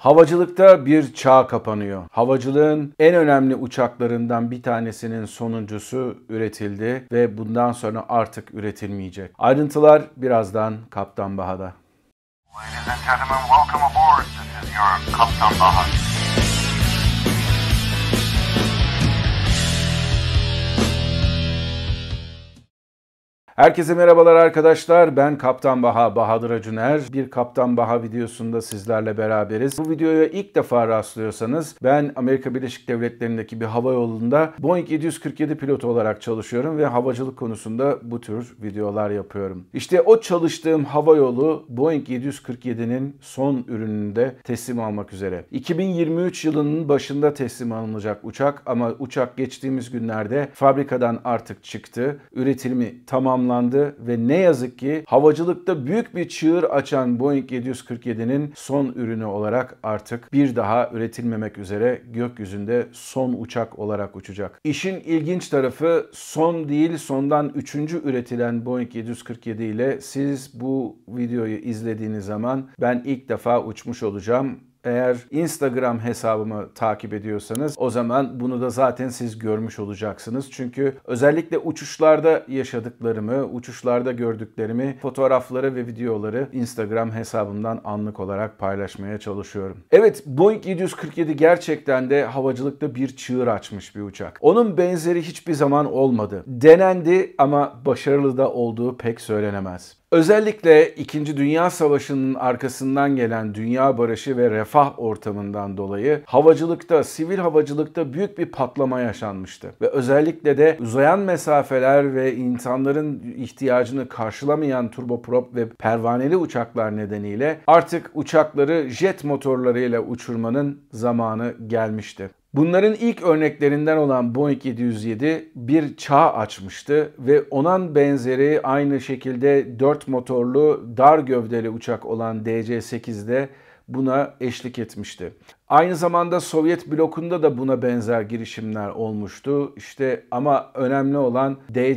Havacılıkta bir çağ kapanıyor. Havacılığın en önemli uçaklarından bir tanesinin sonuncusu üretildi ve bundan sonra artık üretilmeyecek. Ayrıntılar birazdan Kaptan Baha'da. Ladies and gentlemen, welcome aboard. This is your Kaptan Baha. Herkese merhabalar arkadaşlar. Ben Kaptan Baha, Bahadır Acuner. Bir Kaptan Baha videosunda sizlerle beraberiz. Bu videoya ilk defa rastlıyorsanız ben Amerika Birleşik Devletleri'ndeki bir hava yolunda Boeing 747 pilotu olarak çalışıyorum ve havacılık konusunda bu tür videolar yapıyorum. İşte o çalıştığım hava yolu Boeing 747'nin son ürününü de teslim almak üzere. 2023 yılının başında teslim alınacak uçak ama uçak geçtiğimiz günlerde fabrikadan artık çıktı. Üretimi tamamlandı ve ne yazık ki havacılıkta büyük bir çığır açan Boeing 747'nin son ürünü olarak artık bir daha üretilmemek üzere gökyüzünde son uçak olarak uçacak. İşin ilginç tarafı son değil sondan 3. üretilen Boeing 747 ile siz bu videoyu izlediğiniz zaman ben ilk defa uçmuş olacağım. Eğer Instagram hesabımı takip ediyorsanız o zaman bunu da zaten siz görmüş olacaksınız. Çünkü özellikle uçuşlarda yaşadıklarımı, uçuşlarda gördüklerimi, fotoğrafları ve videoları Instagram hesabımdan anlık olarak paylaşmaya çalışıyorum. Evet, Boeing 747 gerçekten de havacılıkta bir çığır açmış bir uçak. Onun benzeri hiçbir zaman olmadı. Denendi ama başarılı da olduğu pek söylenemez. Özellikle 2. Dünya Savaşı'nın arkasından gelen dünya barışı ve refah ortamından dolayı havacılıkta, sivil havacılıkta büyük bir patlama yaşanmıştı. Ve özellikle de uzayan mesafeler ve insanların ihtiyacını karşılamayan turboprop ve pervaneli uçaklar nedeniyle artık uçakları jet motorlarıyla uçurmanın zamanı gelmişti. Bunların ilk örneklerinden olan Boeing 707 bir çağ açmıştı ve onun benzeri aynı şekilde 4 motorlu dar gövdeli uçak olan DC-8 de buna eşlik etmişti. Aynı zamanda Sovyet blokunda da buna benzer girişimler olmuştu. İşte ama önemli olan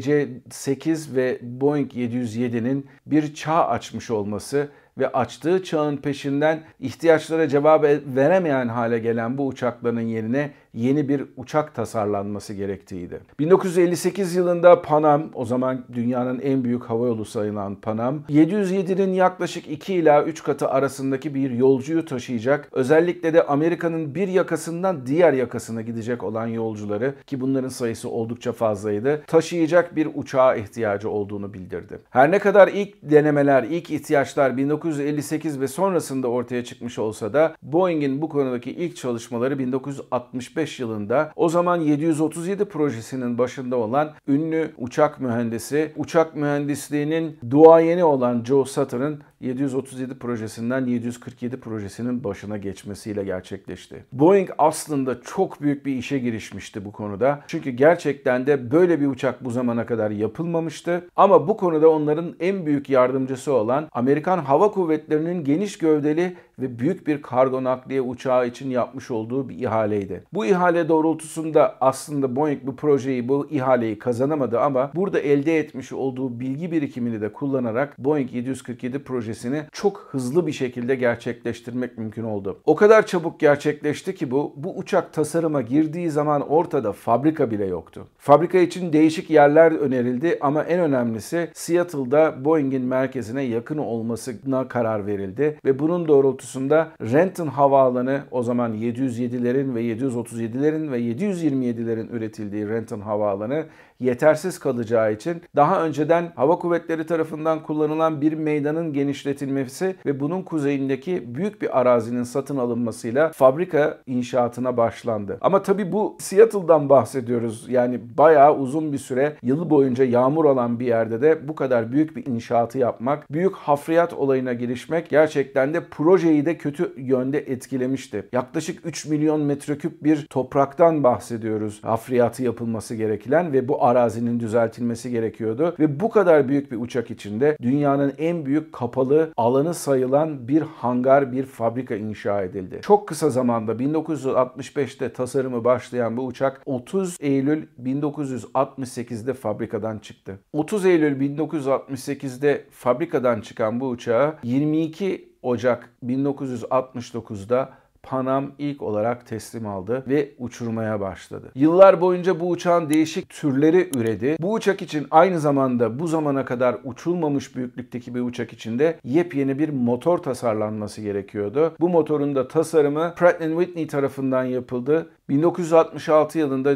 DC-8 ve Boeing 707'nin bir çağ açmış olması ve açtığı çağın peşinden ihtiyaçlara cevap veremeyen hale gelen bu uçakların yerine yeni bir uçak tasarlanması gerektiğiydi. 1958 yılında Pan Am, o zaman dünyanın en büyük havayolu sayılan Pan Am, 707'nin yaklaşık 2 ila 3 katı arasındaki bir yolcuyu taşıyacak, özellikle de Amerika'nın bir yakasından diğer yakasına gidecek olan yolcuları, ki bunların sayısı oldukça fazlaydı, taşıyacak bir uçağa ihtiyacı olduğunu bildirdi. Her ne kadar ilk denemeler, ilk ihtiyaçlar 1958 ve sonrasında ortaya çıkmış olsa da Boeing'in bu konudaki ilk çalışmaları 1965 yılında o zaman 737 projesinin başında olan ünlü uçak mühendisi, uçak mühendisliğinin duayeni olan Joe Sutter'ın 737 projesinden 747 projesinin başına geçmesiyle gerçekleşti. Boeing aslında çok büyük bir işe girişmişti bu konuda. Çünkü gerçekten de böyle bir uçak bu zamana kadar yapılmamıştı. Ama bu konuda onların en büyük yardımcısı olan Amerikan Hava Kuvvetleri'nin geniş gövdeli ve büyük bir kargo nakliye uçağı için yapmış olduğu bir ihaleydi. Bu ihale doğrultusunda aslında Boeing bu projeyi, bu ihaleyi kazanamadı ama burada elde etmiş olduğu bilgi birikimini de kullanarak Boeing 747 projesini çok hızlı bir şekilde gerçekleştirmek mümkün oldu. O kadar çabuk gerçekleşti ki bu uçak tasarıma girdiği zaman ortada fabrika bile yoktu. Fabrika için değişik yerler önerildi ama en önemlisi Seattle'da Boeing'in merkezine yakın olmasına karar verildi ve bunun doğrultusunda Renton Havaalanı, o zaman 707'lerin ve 737'lerin ve 727'lerin üretildiği Renton Havaalanı yetersiz kalacağı için daha önceden Hava Kuvvetleri tarafından kullanılan bir meydanın genişletilmesi ve bunun kuzeyindeki büyük bir arazinin satın alınmasıyla fabrika inşaatına başlandı. Ama tabii bu Seattle'dan bahsediyoruz. Yani bayağı uzun bir süre yılı boyunca yağmur alan bir yerde de bu kadar büyük bir inşaatı yapmak, büyük hafriyat olayına girişmek gerçekten de projeyi de kötü yönde etkilemişti. Yaklaşık 3 milyon metreküp bir topraktan bahsediyoruz hafriyatı yapılması gereken ve bu arazinin düzeltilmesi gerekiyordu ve bu kadar büyük bir uçak içinde dünyanın en büyük kapalı alanı sayılan bir hangar, bir fabrika inşa edildi. Çok kısa zamanda 1965'te tasarımı başlayan bu uçak 30 Eylül 1968'de fabrikadan çıktı. 30 Eylül 1968'de fabrikadan çıkan bu uçağı 22 Ocak 1969'da Pan Am ilk olarak teslim aldı ve uçurmaya başladı. Yıllar boyunca bu uçağın değişik türleri üredi. Bu uçak için aynı zamanda bu zamana kadar uçulmamış büyüklükteki bir uçak için de yepyeni bir motor tasarlanması gerekiyordu. Bu motorun da tasarımı Pratt & Whitney tarafından yapıldı. 1966 yılında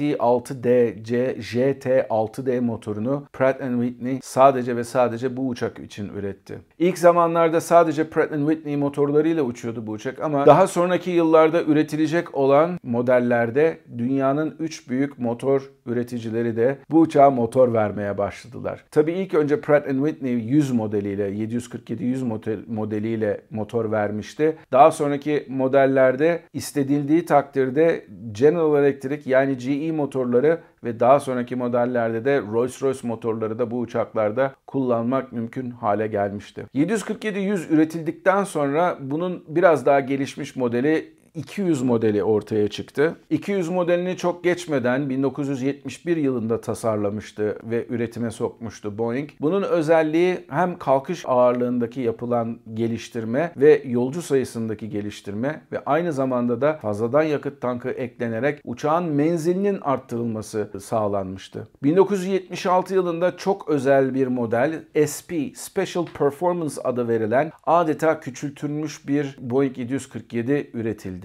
GT6D motorunu Pratt & Whitney sadece ve sadece bu uçak için üretti. İlk zamanlarda sadece Pratt & Whitney motorlarıyla uçuyordu bu uçak ama daha sonraki yıllarda üretilecek olan modellerde dünyanın 3 büyük motor üreticileri de bu uçağa motor vermeye başladılar. Tabii ilk önce Pratt & Whitney 100 modeliyle, 747-100 modeliyle motor vermişti. Daha sonraki modellerde istedildiği takdirde General Electric yani GE motorları ve daha sonraki modellerde de Rolls-Royce motorları da bu uçaklarda kullanmak mümkün hale gelmişti. 747-100 üretildikten sonra bunun biraz daha gelişmiş modeli 200 modeli ortaya çıktı. 200 modelini çok geçmeden 1971 yılında tasarlamıştı ve üretime sokmuştu Boeing. Bunun özelliği hem kalkış ağırlığındaki yapılan geliştirme ve yolcu sayısındaki geliştirme ve aynı zamanda da fazladan yakıt tankı eklenerek uçağın menzilinin arttırılması sağlanmıştı. 1976 yılında çok özel bir model SP, Special Performance adı verilen adeta küçültülmüş bir Boeing 747 üretildi.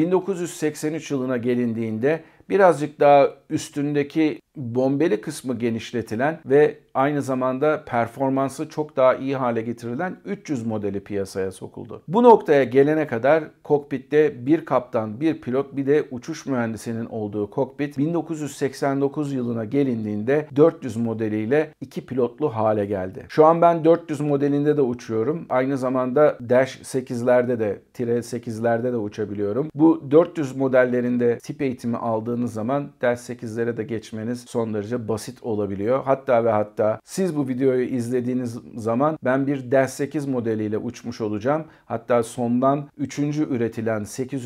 1983 yılına gelindiğinde birazcık daha üstündeki bombeli kısmı genişletilen ve aynı zamanda performansı çok daha iyi hale getirilen 300 modeli piyasaya sokuldu. Bu noktaya gelene kadar kokpitte bir kaptan, bir pilot, bir de uçuş mühendisinin olduğu kokpit 1989 yılına gelindiğinde 400 modeliyle 2 pilotlu hale geldi. Şu an ben 400 modelinde de uçuyorum. Aynı zamanda Dash 8'lerde de, Tire 8'lerde de uçabiliyorum. Bu 400 modellerinde tip eğitimi aldığınız zaman Dash 8'lere de geçmeniz son derece basit olabiliyor. Hatta ve hatta siz bu videoyu izlediğiniz zaman ben bir Dash 8 modeliyle uçmuş olacağım. Hatta sondan 3. üretilen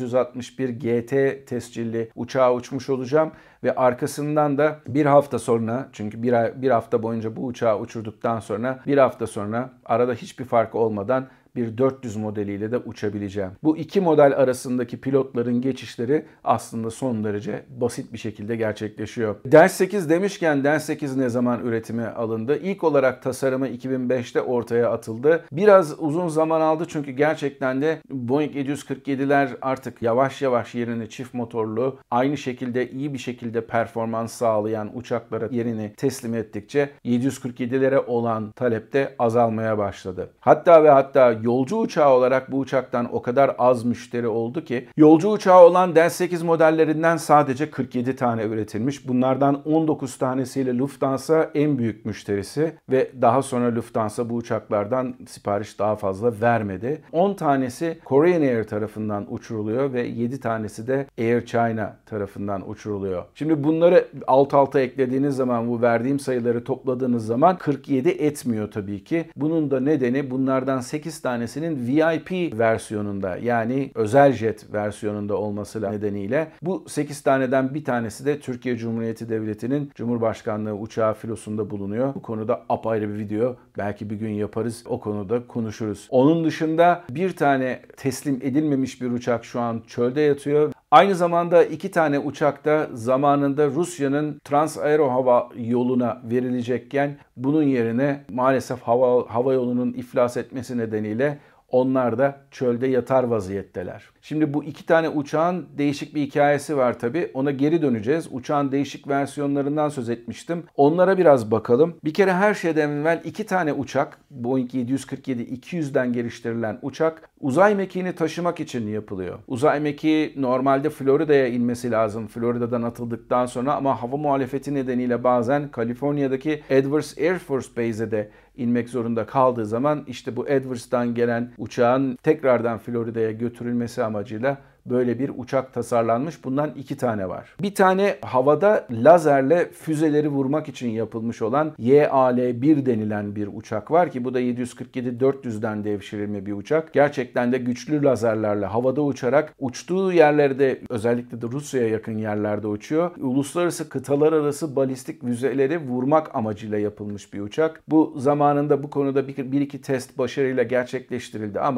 861 GT tescilli uçağa uçmuş olacağım. Ve arkasından da bir hafta sonra, çünkü bir hafta boyunca bu uçağı uçurduktan sonra bir hafta sonra arada hiçbir fark olmadan bir 400 modeliyle de uçabileceğim. Bu iki model arasındaki pilotların geçişleri aslında son derece basit bir şekilde gerçekleşiyor. Dash 8 demişken Dash 8 ne zaman üretime alındı? İlk olarak tasarımı 2005'te ortaya atıldı. Biraz uzun zaman aldı çünkü gerçekten de Boeing 747'ler artık yavaş yavaş yerini çift motorlu, aynı şekilde iyi bir şekilde performans sağlayan uçaklara yerini teslim ettikçe 747'lere olan talep de azalmaya başladı. Hatta ve hatta yolcu uçağı olarak bu uçaktan o kadar az müşteri oldu ki yolcu uçağı olan Dash 8 modellerinden sadece 47 tane üretilmiş. Bunlardan 19 tanesiyle Lufthansa en büyük müşterisi ve daha sonra Lufthansa bu uçaklardan sipariş daha fazla vermedi. 10 tanesi Korean Air tarafından uçuruluyor ve 7 tanesi de Air China tarafından uçuruluyor. Şimdi bunları alt alta eklediğiniz zaman, bu verdiğim sayıları topladığınız zaman 47 etmiyor tabii ki. Bunun da nedeni bunlardan 8 tanesinin VIP versiyonunda, yani özel jet versiyonunda olması nedeniyle bu 8 taneden bir tanesi de Türkiye Cumhuriyeti Devleti'nin Cumhurbaşkanlığı uçağı filosunda bulunuyor. Bu konuda apayrı bir video belki bir gün yaparız. O konuda konuşuruz. Onun dışında bir tane teslim edilmemiş bir uçak şu an çölde yatıyor. Aynı zamanda 2 tane uçak da zamanında Rusya'nın Trans-Aero Hava Yolu'na verilecekken bunun yerine maalesef hava yolunun iflas etmesi nedeniyle onlar da çölde yatar vaziyetteler. Şimdi bu 2 tane uçağın değişik bir hikayesi var tabii. Ona geri döneceğiz. Uçağın değişik versiyonlarından söz etmiştim. Onlara biraz bakalım. Bir kere her şeyden evvel 2 tane uçak, Boeing 747-200'den geliştirilen uçak uzay mekiğini taşımak için yapılıyor. Uzay mekiği normalde Florida'ya inmesi lazım. Florida'dan atıldıktan sonra ama hava muhalefeti nedeniyle bazen Kaliforniya'daki Edwards Air Force Base'e de inmek zorunda kaldığı zaman işte bu Edwards'tan gelen uçağın tekrardan Florida'ya götürülmesi amacıyla böyle bir uçak tasarlanmış. Bundan 2 tane var. Bir tane havada lazerle füzeleri vurmak için yapılmış olan YAL-1 denilen bir uçak var ki bu da 747-400'den devşirilme bir uçak. Gerçekten de güçlü lazerlerle havada uçarak uçtuğu yerlerde, özellikle de Rusya'ya yakın yerlerde uçuyor. Uluslararası kıtalar arası balistik füzeleri vurmak amacıyla yapılmış bir uçak. Bu zamanında bu konuda bir iki test başarıyla gerçekleştirildi ama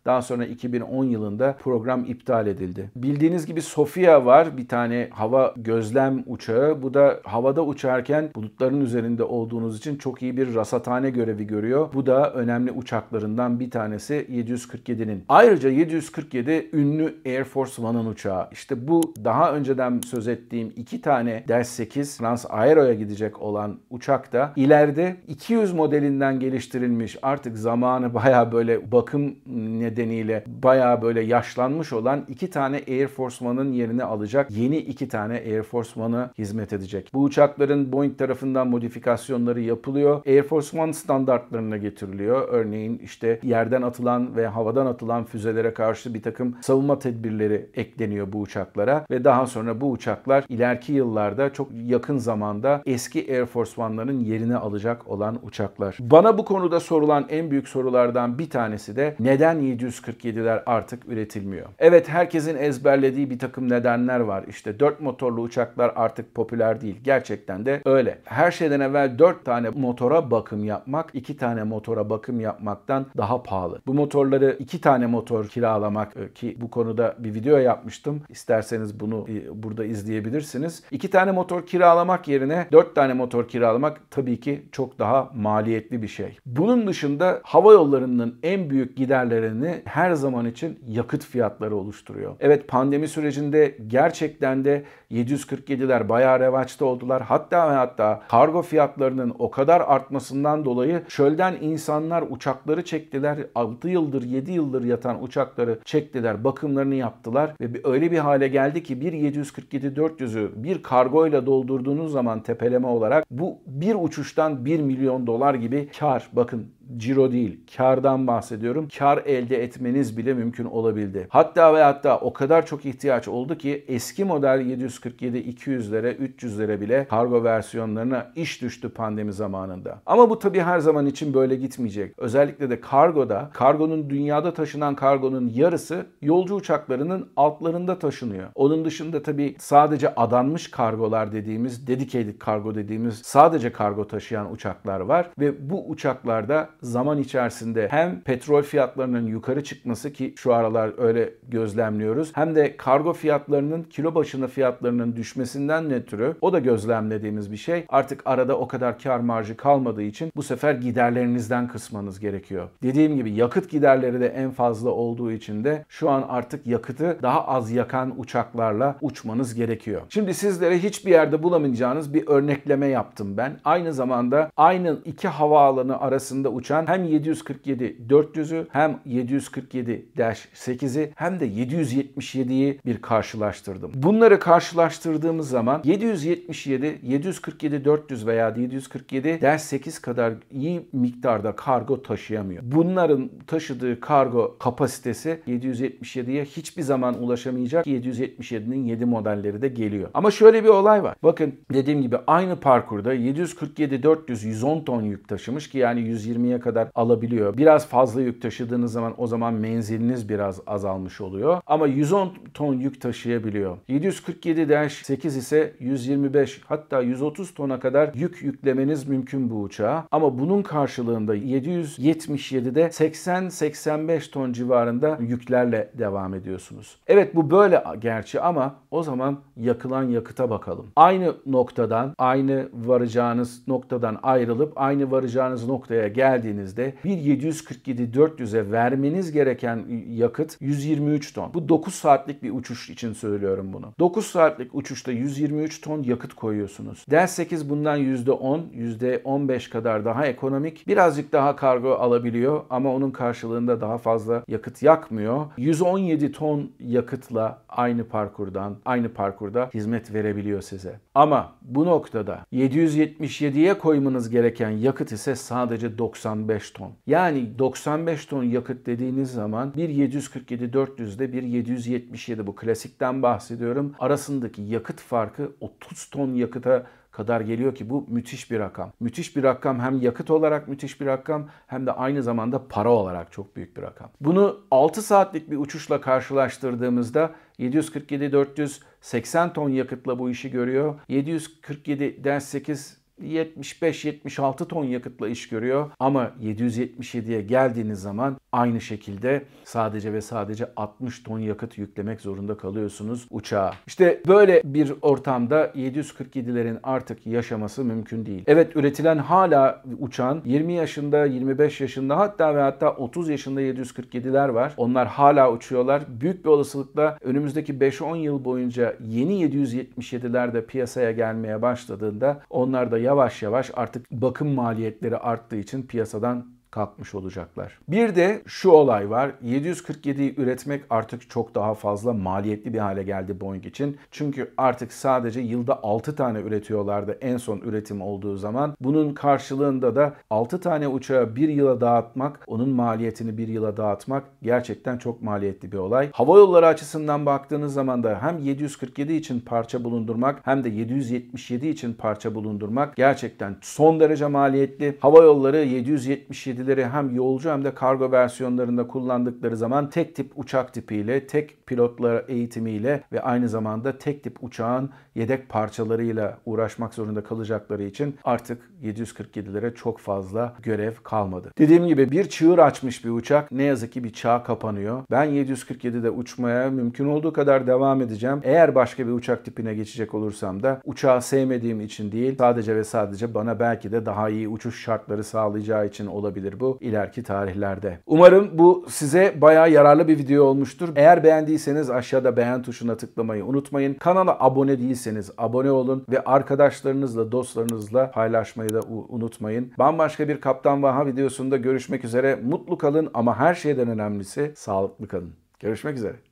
Daha sonra 2010 yılında program iptal edildi. Bildiğiniz gibi Sofia var, bir tane hava gözlem uçağı. Bu da havada uçarken bulutların üzerinde olduğunuz için çok iyi bir rasathane görevi görüyor. Bu da önemli uçaklarından bir tanesi 747'nin. Ayrıca 747 ünlü Air Force One'ın uçağı. İşte bu daha önceden söz ettiğim 2 tane Dash 8 Transaero'ya gidecek olan uçak da ileride 200 modelinden geliştirilmiş, artık zamanı bayağı böyle bakım nedeniyle bayağı böyle yaşlanmış olan 2 tane Air Force One'ın yerini alacak yeni 2 tane Air Force One'a hizmet edecek. Bu uçakların Boeing tarafından modifikasyonları yapılıyor. Air Force One standartlarına getiriliyor. Örneğin işte yerden atılan ve havadan atılan füzelere karşı bir takım savunma tedbirleri ekleniyor bu uçaklara ve daha sonra bu uçaklar ileriki yıllarda çok yakın zamanda eski Air Force One'ların yerini alacak olan uçaklar. Bana bu konuda sorulan en büyük sorulardan bir tanesi de neden 747'ler artık üretilmiyor? Evet, herkesin ezberlediği bir takım nedenler var. İşte 4 motorlu uçaklar artık popüler değil. Gerçekten de öyle. Her şeyden evvel 4 tane motora bakım yapmak 2 tane motora bakım yapmaktan daha pahalı. Bu motorları 2 tane motor kiralamak, ki bu konuda bir video yapmıştım. İsterseniz bunu burada izleyebilirsiniz. 2 tane motor kiralamak yerine 4 tane motor kiralamak tabii ki çok daha maliyetli bir şey. Bunun dışında hava yollarının en büyük giderlerini her zaman için yakıt fiyatları oluşturuyor. Evet, pandemi sürecinde gerçekten de 747'ler bayağı revaçta oldular. Hatta kargo fiyatlarının o kadar artmasından dolayı çölden insanlar uçakları çektiler. 6 yıldır 7 yıldır yatan uçakları çektiler, bakımlarını yaptılar ve öyle bir hale geldi ki bir 747-400'ü bir kargoyla doldurduğunuz zaman tepeleme olarak bu bir uçuştan 1 milyon dolar gibi kar, bakın ciro değil, kardan bahsediyorum. Kar elde etmeniz bile mümkün olabildi. Hatta o kadar çok ihtiyaç oldu ki eski model 747-200'lere, 300'lere bile kargo versiyonlarına iş düştü pandemi zamanında. Ama bu tabii her zaman için böyle gitmeyecek. Özellikle de kargonun dünyada taşınan kargonun yarısı yolcu uçaklarının altlarında taşınıyor. Onun dışında tabii sadece adanmış kargolar dediğimiz, dedicated kargo dediğimiz sadece kargo taşıyan uçaklar var ve bu uçaklarda zaman içerisinde hem petrol fiyatlarının yukarı çıkması, ki şu aralar öyle gözlemliyoruz, hem de kargo fiyatlarının kilo başına fiyatlarının düşmesinden ötürü, o da gözlemlediğimiz bir şey. Artık arada o kadar kar marjı kalmadığı için bu sefer giderlerinizden kısmanız gerekiyor. Dediğim gibi yakıt giderleri de en fazla olduğu için de şu an artık yakıtı daha az yakan uçaklarla uçmanız gerekiyor. Şimdi sizlere hiçbir yerde bulamayacağınız bir örnekleme yaptım ben. Aynı zamanda aynı iki havaalanı arasında uçan hem 747-400'ü hem 747-8'i hem de 777'yi bir karşılaştırdım. Bunları karşılaştırdığımız zaman 777, 747-400 veya 747-8 kadar iyi miktarda kargo taşıyamıyor. Bunların taşıdığı kargo kapasitesi 777'ye hiçbir zaman ulaşamayacak. 777'nin 7 modelleri de geliyor. Ama şöyle bir olay var. Bakın, dediğim gibi aynı parkurda 747-400 110 ton yük taşımış ki yani 120'ye kadar alabiliyor. Biraz fazla yük taşıdığınız zaman o zaman menziliniz biraz azalmış oluyor. Ama 110 ton yük taşıyabiliyor. 747-8 ise 125 hatta 130 tona kadar yük yüklemeniz mümkün bu uçağa. Ama bunun karşılığında 777'de 80-85 ton civarında yüklerle devam ediyorsunuz. Evet, bu böyle gerçi ama o zaman yakılan yakıta bakalım. Aynı noktadan, aynı varacağınız noktadan ayrılıp aynı varacağınız noktaya geldiğinizde bir 747-400'e vermeniz gereken yakıt 123 ton. Bu 9 saatlik bir uçuş için söylüyorum bunu. 9 saatlik uçuşta 123 ton yakıt koyuyorsunuz. Dash 8 bundan %10, %15 kadar daha ekonomik. Birazcık daha kargo alabiliyor ama onun karşılığında daha fazla yakıt yakmıyor. 117 ton yakıtla aynı parkurda hizmet verebiliyor size. Ama bu noktada 777'ye koymanız gereken yakıt ise sadece 95 ton. Yani 95 ton yakıt dediğiniz zaman bir 747-400'de bir 777, bu klasikten bahsediyorum, arasındaki yakıt farkı 30 ton yakıta kadar geliyor ki bu müthiş bir rakam. Müthiş bir rakam, hem yakıt olarak müthiş bir rakam hem de aynı zamanda para olarak çok büyük bir rakam. Bunu 6 saatlik bir uçuşla karşılaştırdığımızda 747-400 80 ton yakıtla bu işi görüyor. 747-8 75-76 ton yakıtla iş görüyor ama 777'ye geldiğiniz zaman aynı şekilde sadece ve sadece 60 ton yakıt yüklemek zorunda kalıyorsunuz uçağa. İşte böyle bir ortamda 747'lerin artık yaşaması mümkün değil. Evet, üretilen hala uçağın 20 yaşında, 25 yaşında hatta ve hatta 30 yaşında 747'ler var. Onlar hala uçuyorlar. Büyük bir olasılıkla önümüzdeki 5-10 yıl boyunca yeni 777'ler de piyasaya gelmeye başladığında onlar da yavaş yavaş artık bakım maliyetleri arttığı için piyasadan kalkmış olacaklar. Bir de şu olay var. 747'yi üretmek artık çok daha fazla maliyetli bir hale geldi Boeing için. Çünkü artık sadece yılda 6 tane üretiyorlardı en son üretim olduğu zaman. Bunun karşılığında da 6 tane uçağı bir yıla dağıtmak, onun maliyetini bir yıla dağıtmak gerçekten çok maliyetli bir olay. Havayolları açısından baktığınız zaman da hem 747 için parça bulundurmak hem de 777 için parça bulundurmak gerçekten son derece maliyetli. Havayolları 777 hem yolcu hem de kargo versiyonlarında kullandıkları zaman tek tip uçak tipiyle, tek pilotlar eğitimiyle ve aynı zamanda tek tip uçağın yedek parçalarıyla uğraşmak zorunda kalacakları için artık 747'lere çok fazla görev kalmadı. Dediğim gibi bir çığır açmış bir uçak. Ne yazık ki bir çağ kapanıyor. Ben 747'de uçmaya mümkün olduğu kadar devam edeceğim. Eğer başka bir uçak tipine geçecek olursam da uçağı sevmediğim için değil, sadece ve sadece bana belki de daha iyi uçuş şartları sağlayacağı için olabilir bu ileriki tarihlerde. Umarım bu size bayağı yararlı bir video olmuştur. Eğer beğendiyseniz aşağıda beğen tuşuna tıklamayı unutmayın. Kanala abone değilseniz abone olun ve arkadaşlarınızla, dostlarınızla paylaşmayı da unutmayın. Bambaşka bir Kaptan Vaha videosunda görüşmek üzere. Mutlu kalın ama her şeyden önemlisi sağlıklı kalın. Görüşmek üzere.